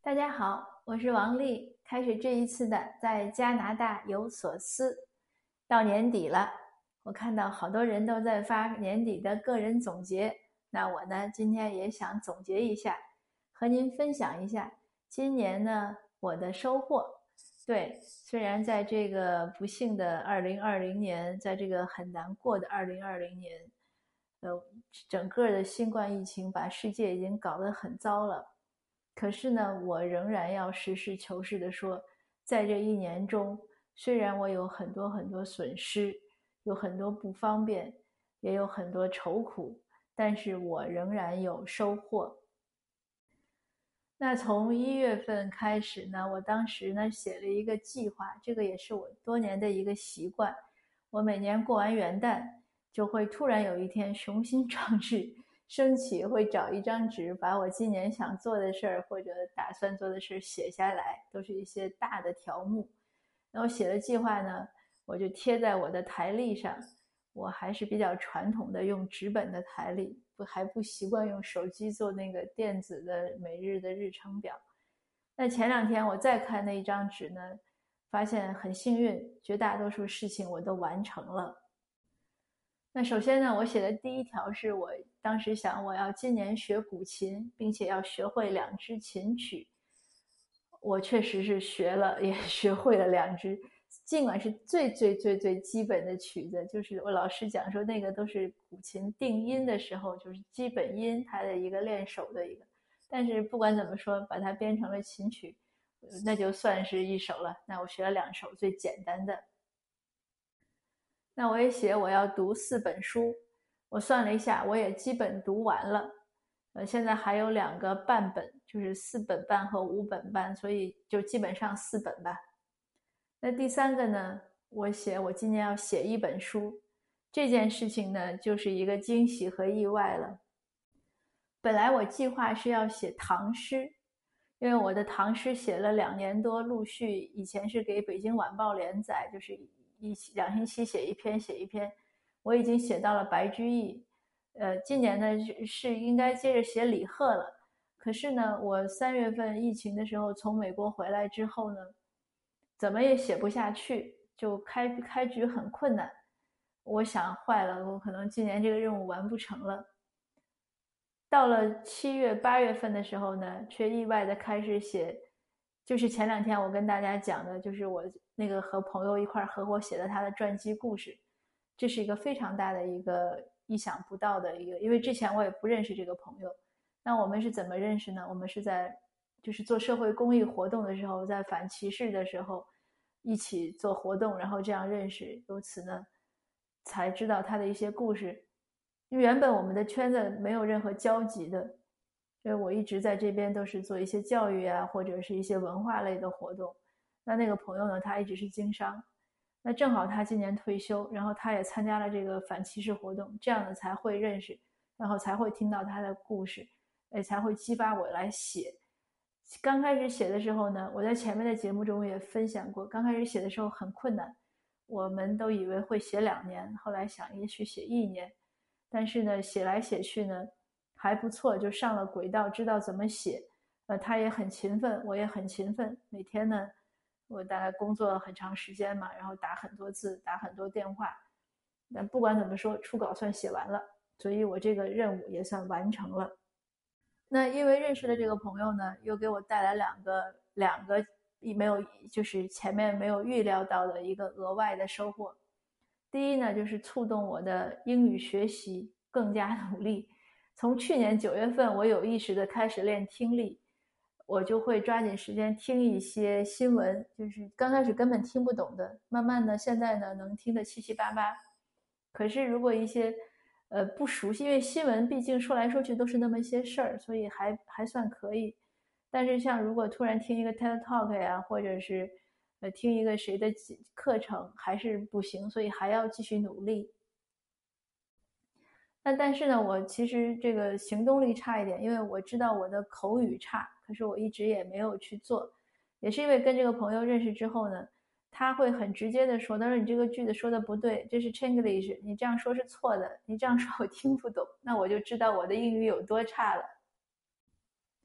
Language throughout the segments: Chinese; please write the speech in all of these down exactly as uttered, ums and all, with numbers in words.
大家好，我是王丽。开始这一次的在加拿大有所思。到年底了，我看到好多人都在发年底的个人总结，那我呢，今天也想总结一下，和您分享一下今年呢我的收获。对，虽然在这个不幸的二零二零年，在这个很难过的二零二零年，呃，整个的新冠疫情把世界已经搞得很糟了。可是呢，我仍然要实事求是地说，在这一年中，虽然我有很多很多损失，有很多不方便，也有很多愁苦，但是我仍然有收获。那从一月份开始呢，我当时呢写了一个计划，这个也是我多年的一个习惯。我每年过完元旦，就会突然有一天雄心壮志升起，会找一张纸，把我今年想做的事儿或者打算做的事写下来，都是一些大的条目。然后写了计划呢，我就贴在我的台历上。我还是比较传统的用纸本的台历，不还不习惯用手机做那个电子的每日的日程表。那前两天我再看那一张纸呢，发现很幸运，绝大多数事情我都完成了。那首先呢，我写的第一条是我当时想我要今年学古琴，并且要学会两支琴曲。我确实是学了，也学会了两支，尽管是最最最最基本的曲子，就是我老师讲说那个都是古琴定音的时候，就是基本音它的一个练手的一个。但是不管怎么说，把它编成了琴曲，那就算是一首了。那我学了两首最简单的。那我也写我要读四本书，我算了一下，我也基本读完了。呃，现在还有两个半本，就是四本半和五本半，所以就基本上四本吧。那第三个呢，我写我今年要写一本书，这件事情呢，就是一个惊喜和意外了。本来我计划是要写唐诗，因为我的唐诗写了两年多，陆续以前是给北京晚报连载，就是一两星期写一篇写一篇，我已经写到了白居易。呃，今年呢是应该接着写李贺了。可是呢，我三月份疫情的时候从美国回来之后呢，怎么也写不下去，就开开局很困难。我想坏了，我可能今年这个任务完不成了。到了七月八月份的时候呢，却意外的开始写，就是前两天我跟大家讲的，就是我那个和朋友一块合伙写的他的传记故事。这是一个非常大的一个意想不到的一个，因为之前我也不认识这个朋友。那我们是怎么认识呢？我们是在就是做社会公益活动的时候，在反歧视的时候一起做活动，然后这样认识，由此呢才知道他的一些故事。因为原本我们的圈子没有任何交集的，因为我一直在这边都是做一些教育啊，或者是一些文化类的活动。那那个朋友呢，他一直是经商，那正好他今年退休，然后他也参加了这个反歧视活动，这样的才会认识，然后才会听到他的故事，也才会激发我来写。刚开始写的时候呢，我在前面的节目中也分享过，刚开始写的时候很困难，我们都以为会写两年，后来想也许写一年。但是呢，写来写去呢，还不错，就上了轨道，知道怎么写。呃，他也很勤奋，我也很勤奋。每天呢，我大概工作很长时间嘛，然后打很多字，打很多电话。但不管怎么说，初稿算写完了，所以我这个任务也算完成了。那因为认识的这个朋友呢，又给我带来两个两个没有，就是前面没有预料到的一个额外的收获。第一呢，就是触动我的英语学习更加努力。从去年九月份，我有意识的开始练听力，我就会抓紧时间听一些新闻，就是刚开始根本听不懂的，慢慢的现在呢能听得七七八八。可是如果一些呃不熟悉，因为新闻毕竟说来说去都是那么一些事儿，所以还还算可以。但是像如果突然听一个 TED Talk 呀，或者是呃，听一个谁的课程还是不行，所以还要继续努力。那但是呢，我其实这个行动力差一点，因为我知道我的口语差，可是我一直也没有去做。也是因为跟这个朋友认识之后呢，他会很直接的说，他说你这个句子说的不对，这是 Chinglish，你这样说是错的，你这样说我听不懂，那我就知道我的英语有多差了。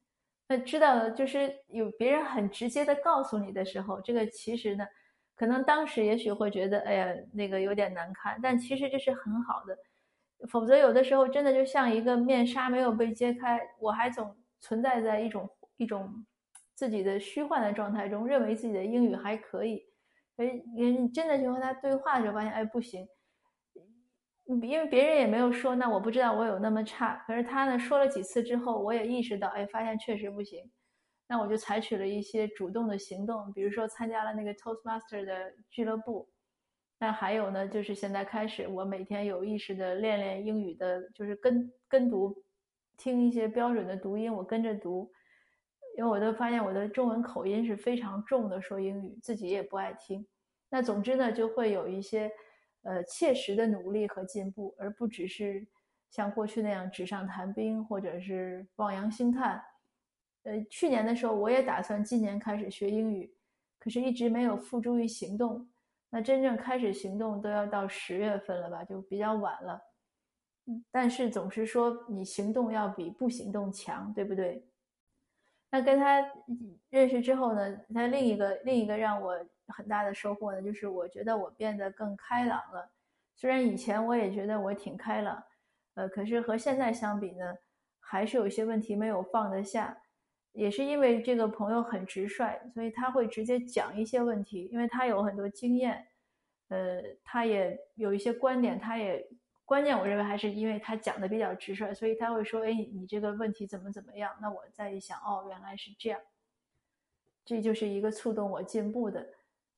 那知道了，就是有别人很直接的告诉你的时候，这个其实呢，可能当时也许会觉得，哎呀，那个有点难看，但其实这是很好的。否则有的时候真的就像一个面纱没有被揭开，我还总存在在一种一种自己的虚幻的状态中，认为自己的英语还可以。哎，你真的就和他对话的时候发现，哎，不行，因为别人也没有说，那我不知道我有那么差。可是他呢说了几次之后，我也意识到，哎，发现确实不行。那我就采取了一些主动的行动，比如说参加了那个 Toastmaster 的俱乐部。那还有呢，就是现在开始，我每天有意识的练练英语的，就是跟跟读，听一些标准的读音，我跟着读。因为我都发现我的中文口音是非常重的，说英语自己也不爱听。那总之呢，就会有一些呃切实的努力和进步，而不只是像过去那样纸上谈兵或者是望洋兴叹。呃，去年的时候我也打算今年开始学英语，可是一直没有付诸于行动。那真正开始行动都要到十月份了吧，就比较晚了。但是总是说你行动要比不行动强，对不对？那跟他认识之后呢，他另一个另一个让我很大的收获呢，就是我觉得我变得更开朗了。虽然以前我也觉得我挺开朗，呃，可是和现在相比呢，还是有一些问题没有放得下。也是因为这个朋友很直率，所以他会直接讲一些问题，因为他有很多经验，呃，他也有一些观点，他也关键我认为还是因为他讲的比较直率，所以他会说，哎，你这个问题怎么怎么样？那我再一想，哦，原来是这样，这就是一个促动我进步的。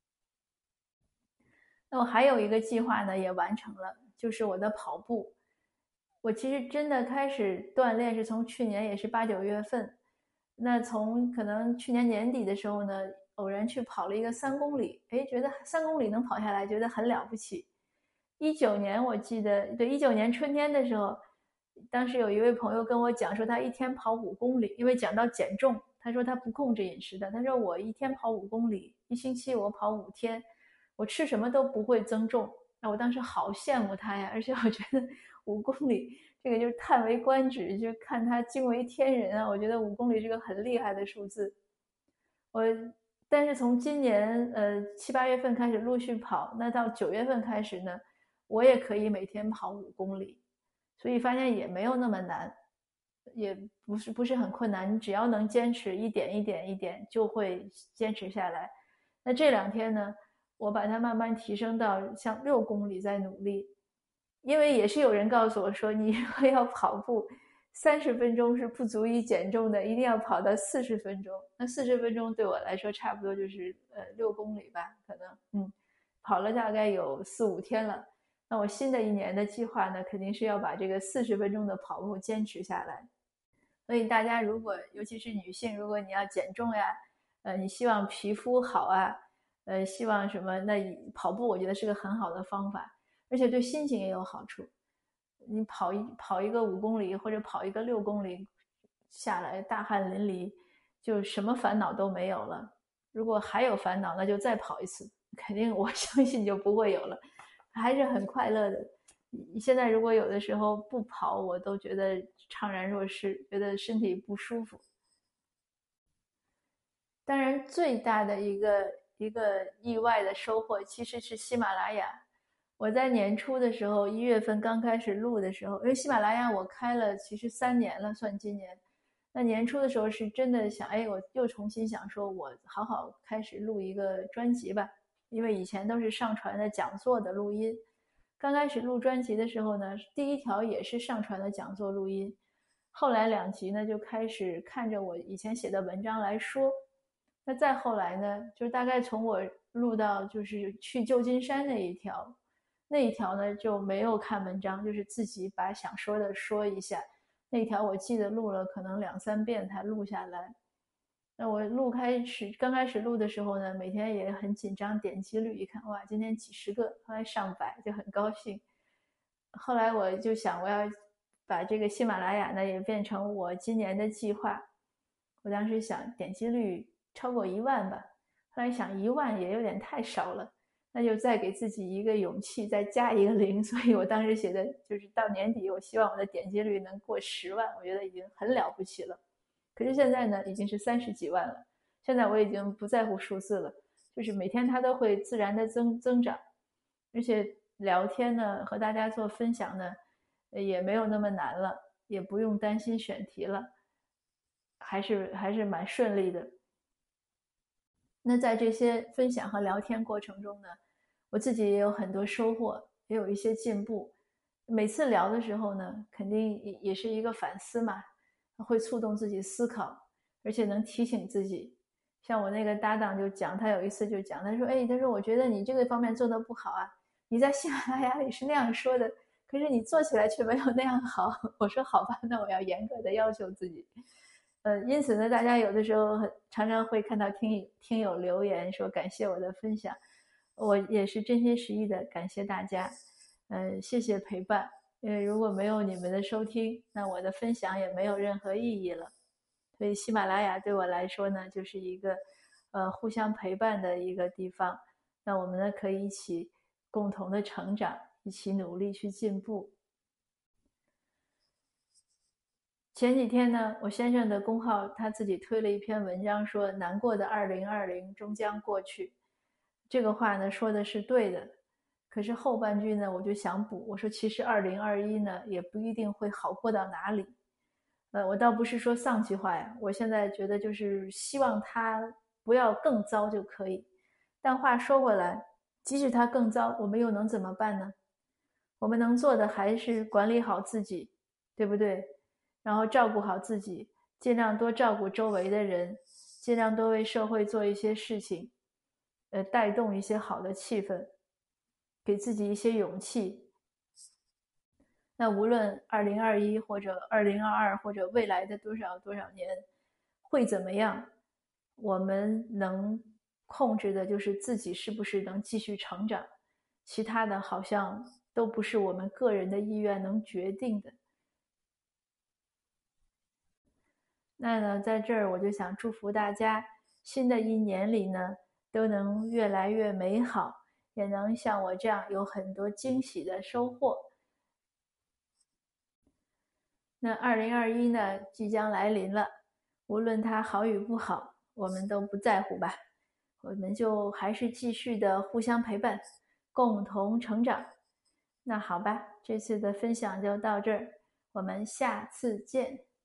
那我还有一个计划呢，也完成了，就是我的跑步。我其实真的开始锻炼是从去年，也是八九月份。那从可能去年年底的时候呢，偶然去跑了一个三公里，哎，觉得三公里能跑下来，觉得很了不起。一九年我记得，对，一九年春天的时候，当时有一位朋友跟我讲说，他一天跑五公里，因为讲到减重，他说他不控制饮食的，他说我一天跑五公里，一星期我跑五天，我吃什么都不会增重。那我当时好羡慕他呀，而且我觉得五公里这个就是叹为观止，就看他惊为天人啊！我觉得五公里是个很厉害的数字。我但是从今年呃七八月份开始陆续跑，那到九月份开始呢，我也可以每天跑五公里，所以发现也没有那么难，也不是不是很困难，你只要能坚持一点一点一点，就会坚持下来。那这两天呢，我把它慢慢提升到像六公里在努力，因为也是有人告诉我说，你如果要跑步，三十分钟是不足以减重的，一定要跑到四十分钟。那四十分钟对我来说差不多就是呃六公里吧，可能嗯，跑了大概有四五天了。那我新的一年的计划呢，肯定是要把这个四十分钟的跑步坚持下来。所以大家如果尤其是女性，如果你要减重呀，呃，你希望皮肤好啊，呃，希望什么，那跑步我觉得是个很好的方法。而且对心情也有好处。你跑一跑一个五公里或者跑一个六公里下来，大汗淋漓，就什么烦恼都没有了。如果还有烦恼，那就再跑一次，肯定我相信就不会有了，还是很快乐的。现在如果有的时候不跑，我都觉得怅然若失，觉得身体不舒服。当然，最大的一个一个意外的收获其实是喜马拉雅。我在年初的时候，一月份刚开始录的时候，因为喜马拉雅我开了其实三年了，算今年。那年初的时候是真的想，哎，我又重新想说，我好好开始录一个专辑吧，因为以前都是上传的讲座的录音。刚开始录专辑的时候呢，第一条也是上传的讲座录音，后来两集呢就开始看着我以前写的文章来说。那再后来呢，就是大概从我录到就是去旧金山那一条，那一条呢就没有看文章，就是自己把想说的说一下。那一条我记得录了可能两三遍才录下来。那我录开始刚开始录的时候呢，每天也很紧张，点击率一看，哇，今天几十个，后来上百，就很高兴。后来我就想，我要把这个喜马拉雅呢也变成我今年的计划。我当时想点击率超过一万吧，后来想一万也有点太少了，那就再给自己一个勇气，再加一个零。所以我当时写的就是到年底，我希望我的点击率能过十万，我觉得已经很了不起了。 可是现在呢，已经是三十几万了。现在我已经不在乎数字了，就是每天它都会自然的增增长，而且聊天呢，和大家做分享呢，也没有那么难了，也不用担心选题了，还是还是蛮顺利的。那在这些分享和聊天过程中呢，我自己也有很多收获，也有一些进步。每次聊的时候呢，肯定也是一个反思嘛，会触动自己思考，而且能提醒自己。像我那个搭档就讲，他有一次就讲，他说：“哎，他说我觉得你这个方面做得不好啊，你在喜马拉雅里是那样说的，可是你做起来却没有那样好。”我说：“好吧，那我要严格的要求自己。”呃，因此呢，大家有的时候常常会看到听听友留言说感谢我的分享，我也是真心实意的感谢大家，呃，谢谢陪伴。因为如果没有你们的收听，那我的分享也没有任何意义了。所以喜马拉雅对我来说呢，就是一个呃互相陪伴的一个地方。那我们呢可以一起共同的成长，一起努力去进步。前几天呢，我先生的公号他自己推了一篇文章，说难过的二零二零终将过去。这个话呢说的是对的，可是后半句呢我就想补，我说其实二零二一呢也不一定会好过到哪里。呃，我倒不是说丧气话呀，我现在觉得就是希望它不要更糟就可以。但话说回来，即使它更糟，我们又能怎么办呢？我们能做的还是管理好自己，对不对？然后照顾好自己，尽量多照顾周围的人，尽量多为社会做一些事情，呃，带动一些好的气氛，给自己一些勇气。那无论二零二一或者二零二二或者未来的多少多少年会怎么样，我们能控制的就是自己是不是能继续成长，其他的好像都不是我们个人的意愿能决定的。那呢，在这儿我就想祝福大家，新的一年里呢，都能越来越美好，也能像我这样有很多惊喜的收获。那二零二一呢，即将来临了，无论它好与不好，我们都不在乎吧，我们就还是继续的互相陪伴，共同成长。那好吧，这次的分享就到这儿，我们下次见。